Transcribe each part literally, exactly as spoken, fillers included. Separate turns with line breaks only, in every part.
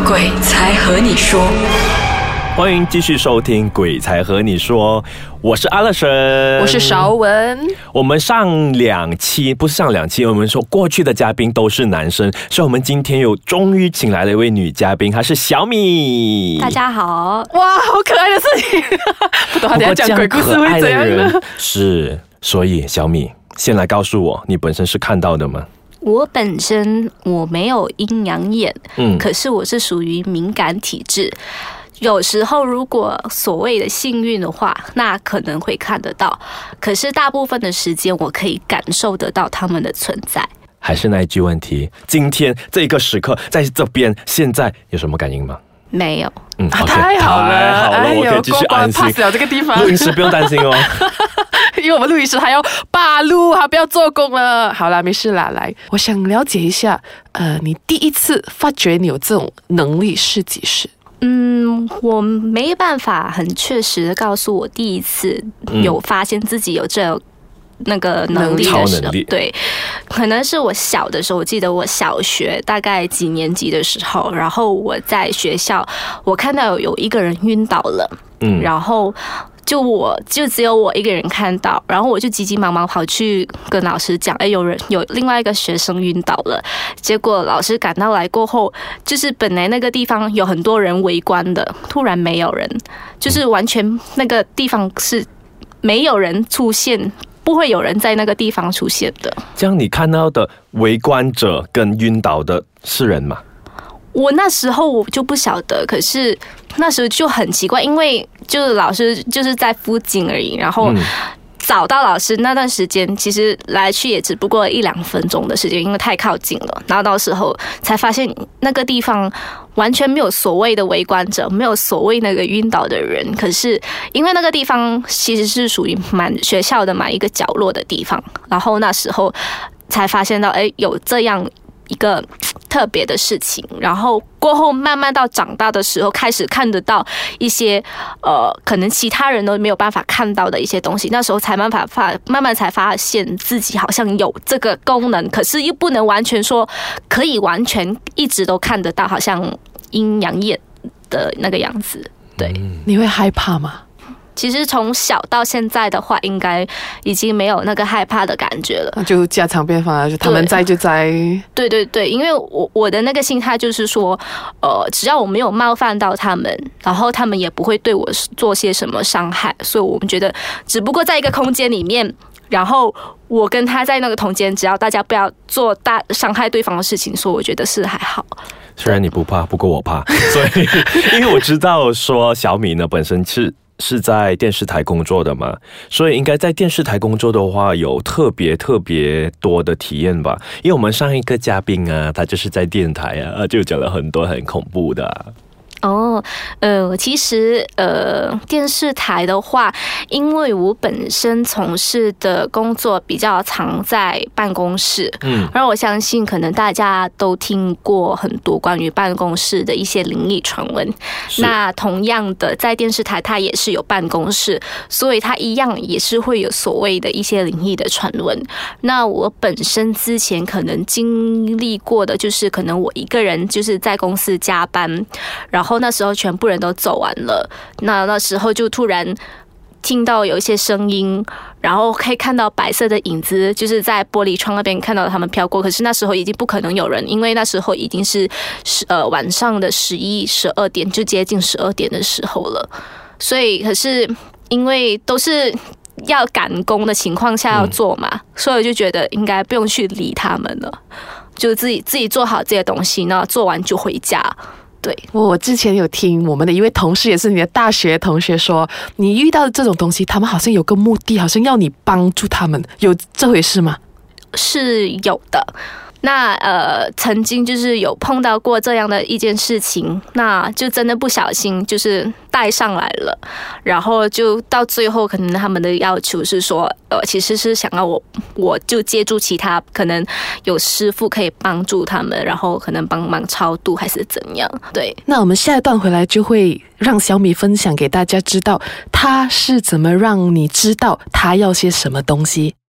鬼才和你说。
欢迎继续收听《鬼才和你说》，我是阿乐神，
我是韶文。
我们上两期不是上两期，我们说过去的嘉宾都是男生，所以我们今天有终于请来了一位女嘉宾，她是小米。
大家好，
哇，好可爱的事情！不懂他等下讲鬼故事会怎样呢？
是，所以小米先来告诉我，你本身是看到的吗？
我本身我没有阴阳眼，
嗯，
可是我是属于敏感体质。有时候如果所谓的幸运的话，那可能会看得到，可是大部分的时间我可以感受得到他们的存在。
还是那一句问题，今天这个时刻在这边现在有什么感应吗？
没有。
嗯，
啊、太好了，
太好了，
哎、
我可以继续安心。
pass 了这个地方，
录音师不用担心哦。
因为我们录音师还要罢录，还不要做工了。好啦，没事啦。来，我想了解一下，呃，你第一次发觉你有这种能力是几时？
嗯，我没办法很确实的告诉我第一次有发现自己有这那个能力的时候，对，可能是我小的时候，我记得我小学大概几年级的时候，然后我在学校，我看到有一个人晕倒了，嗯，然后。就我就只有我一个人看到，然后我就急急忙忙跑去跟老师讲，哎，有人有另外一个学生晕倒了。结果老师赶到来过后，就是本来那个地方有很多人围观的，突然没有人，就是完全那个地方是没有人出现，不会有人在那个地方出现的。
这样你看到的围观者跟晕倒的是人吗？
我那时候我就不晓得，可是那时候就很奇怪，因为就是老师就是在附近而已，然后找到老师那段时间，其实来去也只不过一两分钟的时间，因为太靠近了。然后到时候才发现那个地方完全没有所谓的围观者，没有所谓那个晕倒的人。可是因为那个地方其实是属于蛮学校的嘛一个角落的地方，然后那时候才发现到，哎，有这样一个特别的事情，然后过后慢慢到长大的时候，开始看得到一些呃，可能其他人都没有办法看到的一些东西。那时候才慢慢发，慢慢才发现自己好像有这个功能，可是又不能完全说可以完全一直都看得到，好像阴阳眼的那个样子。对，
你会害怕吗？
其实从小到现在的话，应该已经没有那个害怕的感觉了，
那就家常便饭了，就他们在就在。
对对对，因为我我的那个心态就是说，呃，只要我没有冒犯到他们，然后他们也不会对我做些什么伤害，所以我们觉得，只不过在一个空间里面，然后我跟他在那个空间，只要大家不要做大伤害对方的事情，所以我觉得是还好。
虽然你不怕，不过我怕，所以因为我知道说小米呢本身是。是在电视台工作的嘛，所以应该在电视台工作的话有特别特别多的体验吧。因为我们上一个嘉宾啊，他就是在电台啊，就讲了很多很恐怖的啊。
哦，呃，其实呃，电视台的话，因为我本身从事的工作比较常在办公室，嗯，然后我相信可能大家都听过很多关于办公室的一些灵异传闻。那同样的，在电视台它也是有办公室，所以它一样也是会有所谓的一些灵异的传闻。那我本身之前可能经历过的，就是可能我一个人就是在公司加班，然后那时候全部人都走完了，那那时候就突然听到有一些声音，然后可以看到白色的影子，就是在玻璃窗那边看到他们飘过。可是那时候已经不可能有人，因为那时候已经是呃晚上的十一、十二点，就接近十二点的时候了。所以可是因为都是要赶工的情况下要做嘛，嗯、所以我就觉得应该不用去理他们了，就自己自己做好这些东西，那做完就回家。对，
我之前有听我们的一位同事，也是你的大学同学说，你遇到的这种东西，他们好像有个目的，好像要你帮助他们，有这回事吗？
是有的。那呃，曾经就是有碰到过这样的一件事情，那就真的不小心就是带上来了，然后就到最后，可能他们的要求是说，呃，其实是想要我，我就借助其他可能有师傅可以帮助他们，然后可能帮忙超度还是怎样。对，
那我们下一段回来就会让小米分享给大家知道，他是怎么让你知道他要些什么东西。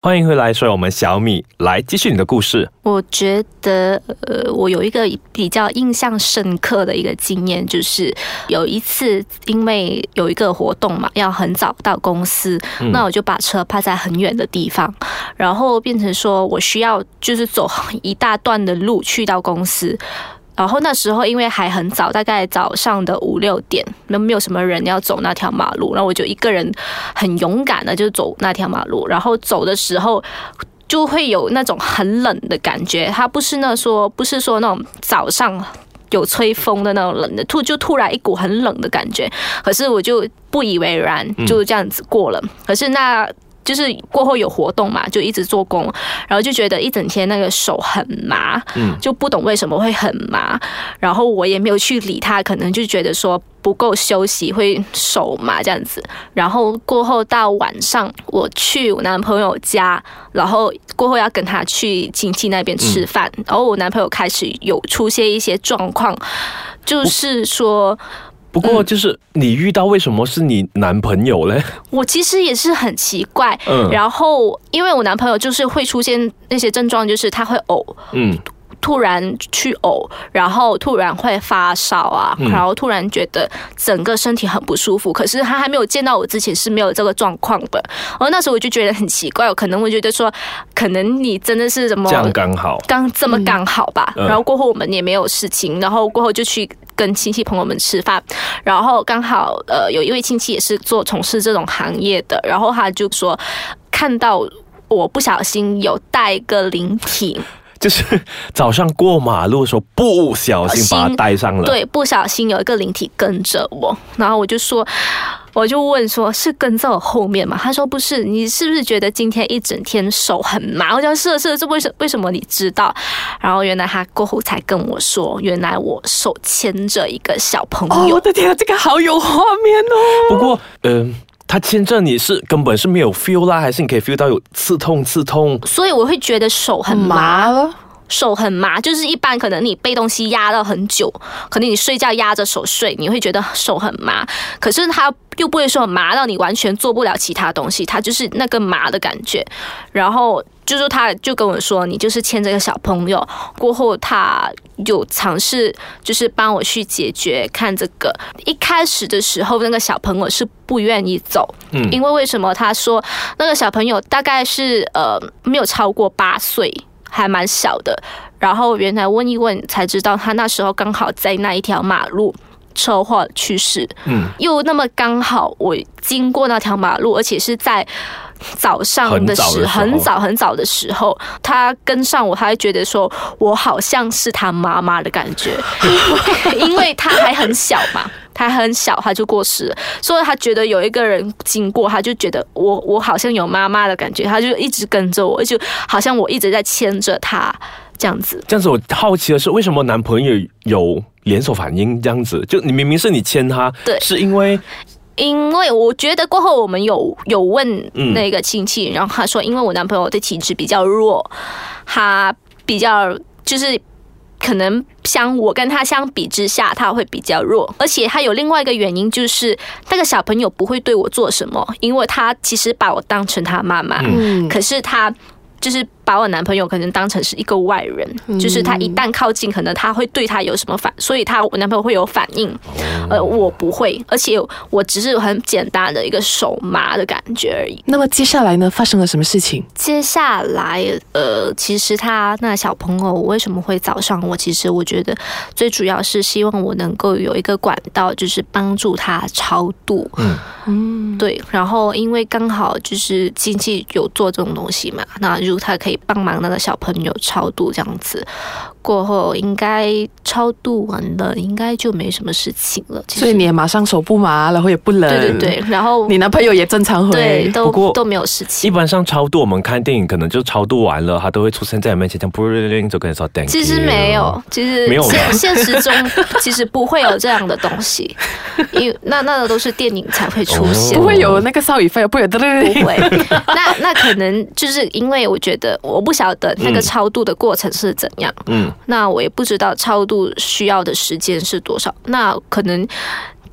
欢迎回来，所以我们小米来继续你的故事。
我觉得，呃，我有一个比较印象深刻的一个经验，就是有一次，因为有一个活动嘛，要很早到公司，嗯、那我就把车泊在很远的地方，然后变成说我需要就是走一大段的路去到公司。然后那时候因为还很早，大概早上的五六点，没有什么人要走那条马路，然后我就一个人很勇敢的就走那条马路，然后走的时候就会有那种很冷的感觉，它不是那说不是说那种早上有吹风的那种冷的，突就突然一股很冷的感觉，可是我就不以为然，就这样子过了。可是那就是过后有活动嘛，就一直做工，然后就觉得一整天那个手很麻，就不懂为什么会很麻，然后我也没有去理他，可能就觉得说不够休息会手麻这样子。然后过后到晚上，我去我男朋友家，然后过后要跟他去亲戚那边吃饭，嗯、然后我男朋友开始有出现一些状况，就是说。
不过，就是你遇到为什么是你男朋友嘞？
我其实也是很奇怪。嗯，然后因为我男朋友就是会出现那些症状，就是他会呕，嗯，突然去呕，然后突然会发烧啊，嗯、然后突然觉得整个身体很不舒服。可是他还没有见到我之前是没有这个状况的。然后那时候我就觉得很奇怪，我可能会觉得说，可能你真的是怎么
这样刚好，
刚这么刚好吧。嗯、然后过后我们也没有事情，然后过后就去跟亲戚朋友们吃饭，然后刚好呃有一位亲戚也是做从事这种行业的，然后他就说看到我不小心有带个灵体。
就是早上过马路的时候不小心把它带上了，
对，不小心有一个灵体跟着我，然后我就说，我就问说，是跟在我后面吗？他说不是，你是不是觉得今天一整天手很麻？我讲是是，这为什为什么你知道？然后原来他过后才跟我说，原来我手牵着一个小朋友。
哦，我的天啊，这个好有画面哦。
不过，嗯、呃。他牵着你是根本是没有 feel 啦，还是你可以 feel 到有刺痛刺痛？
所以我会觉得手很麻
了。
手很麻，就是一般可能你背东西压了很久，可能你睡觉压着手睡，你会觉得手很麻。可是它又不会说麻到你完全做不了其他东西，它就是那个麻的感觉。然后就是他就跟我说，你就是牵着个小朋友。过后他有尝试就是帮我去解决看这个。一开始的时候，那个小朋友是不愿意走，嗯，因为为什么？他说那个小朋友大概是呃没有超过八岁。还蛮小的，然后原来问一问才知道，他那时候刚好在那一条马路车祸去世，嗯，又那么刚好我经过那条马路，而且是在早上的时很早很早的时候，他跟上我，他会觉得说我好像是他妈妈的感觉，因为他还很小嘛。他很小，他就过世了，所以他觉得有一个人经过，他就觉得我我好像有妈妈的感觉，他就一直跟着我，就好像我一直在牵着他这样子。
这样子，我好奇的是，为什么男朋友有连锁反应？这样子，就你明明是你牵他，
对，
是因为。
因为我觉得过后我们有有问那个亲戚，嗯、然后他说，因为我男朋友的体质比较弱，他比较就是。可能相我跟他相比之下，他会比较弱，而且他有另外一个原因，就是那个小朋友不会对我做什么，因为他其实把我当成他妈妈，嗯，可是他就是把我男朋友可能当成是一个外人，嗯、就是他一旦靠近，可能他会对他有什么反，所以他我男朋友会有反应，呃，我不会，而且我只是很简单的一个手麻的感觉而已。
那么接下来呢，发生了什么事情？
接下来，呃，其实他那小朋友为什么会找上我？其实我觉得最主要是希望我能够有一个管道，就是帮助他超度。嗯嗯，对。然后因为刚好就是亲戚有做这种东西嘛，那如果他可以帮忙那个小朋友超度这样子，过后应该超度完了，应该就没什么事情了。
所以你也马上手不麻，然后也不冷，
对对对，然后
你男朋友也正常回，
对，都都没有事情。
一般上超度，我们看电影可能就超度完了，他都会出现在你面前，这样不就跟你说 thank you。
其实没有，其实
没有
现现实中其实不会有这样的东西，因为那那个都是电影才会出现，
不会有那个少女费，不会，不
会。那那可能就是因为我觉得我不晓得那个超度的过程是怎样，嗯，那我也不知道超度需要的时间是多少，那可能。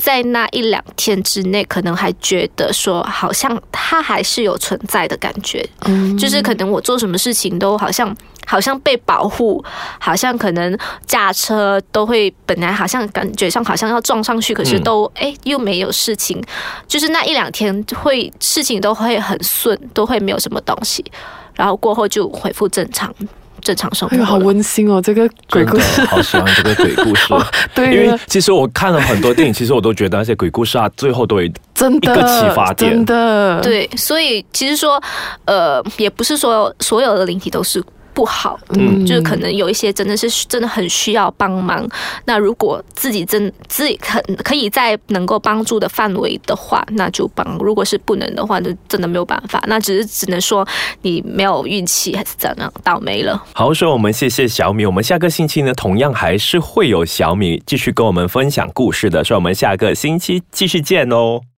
在那一两天之内，可能还觉得说，好像他还是有存在的感觉，嗯，就是可能我做什么事情都好像好像被保护，好像可能驾车都会本来好像感觉上好像要撞上去，可是都哎、嗯、又没有事情，就是那一两天会事情都会很顺，都会没有什么东西，然后过后就恢复正常。正常生活。哎呦，
好温馨哦！这个鬼故事，
好喜欢这个鬼故事。
对，
因为其实我看了很多电影，其实我都觉得那些鬼故事啊，最后都有
真的
一个启发点。
真的，
对，所以其实说，呃，也不是说所有的灵体都是不好，嗯，就是可能有一些真的是真的很需要帮忙。那如果自己真自己可可以在能够帮助的范围的话，那就帮；如果是不能的话，就真的没有办法。那只是只能说你没有运气，还是怎样倒霉了。
好，所以我们谢谢小米。我们下个星期呢，同样还是会有小米继续跟我们分享故事的，所以我们下个星期继续见哦。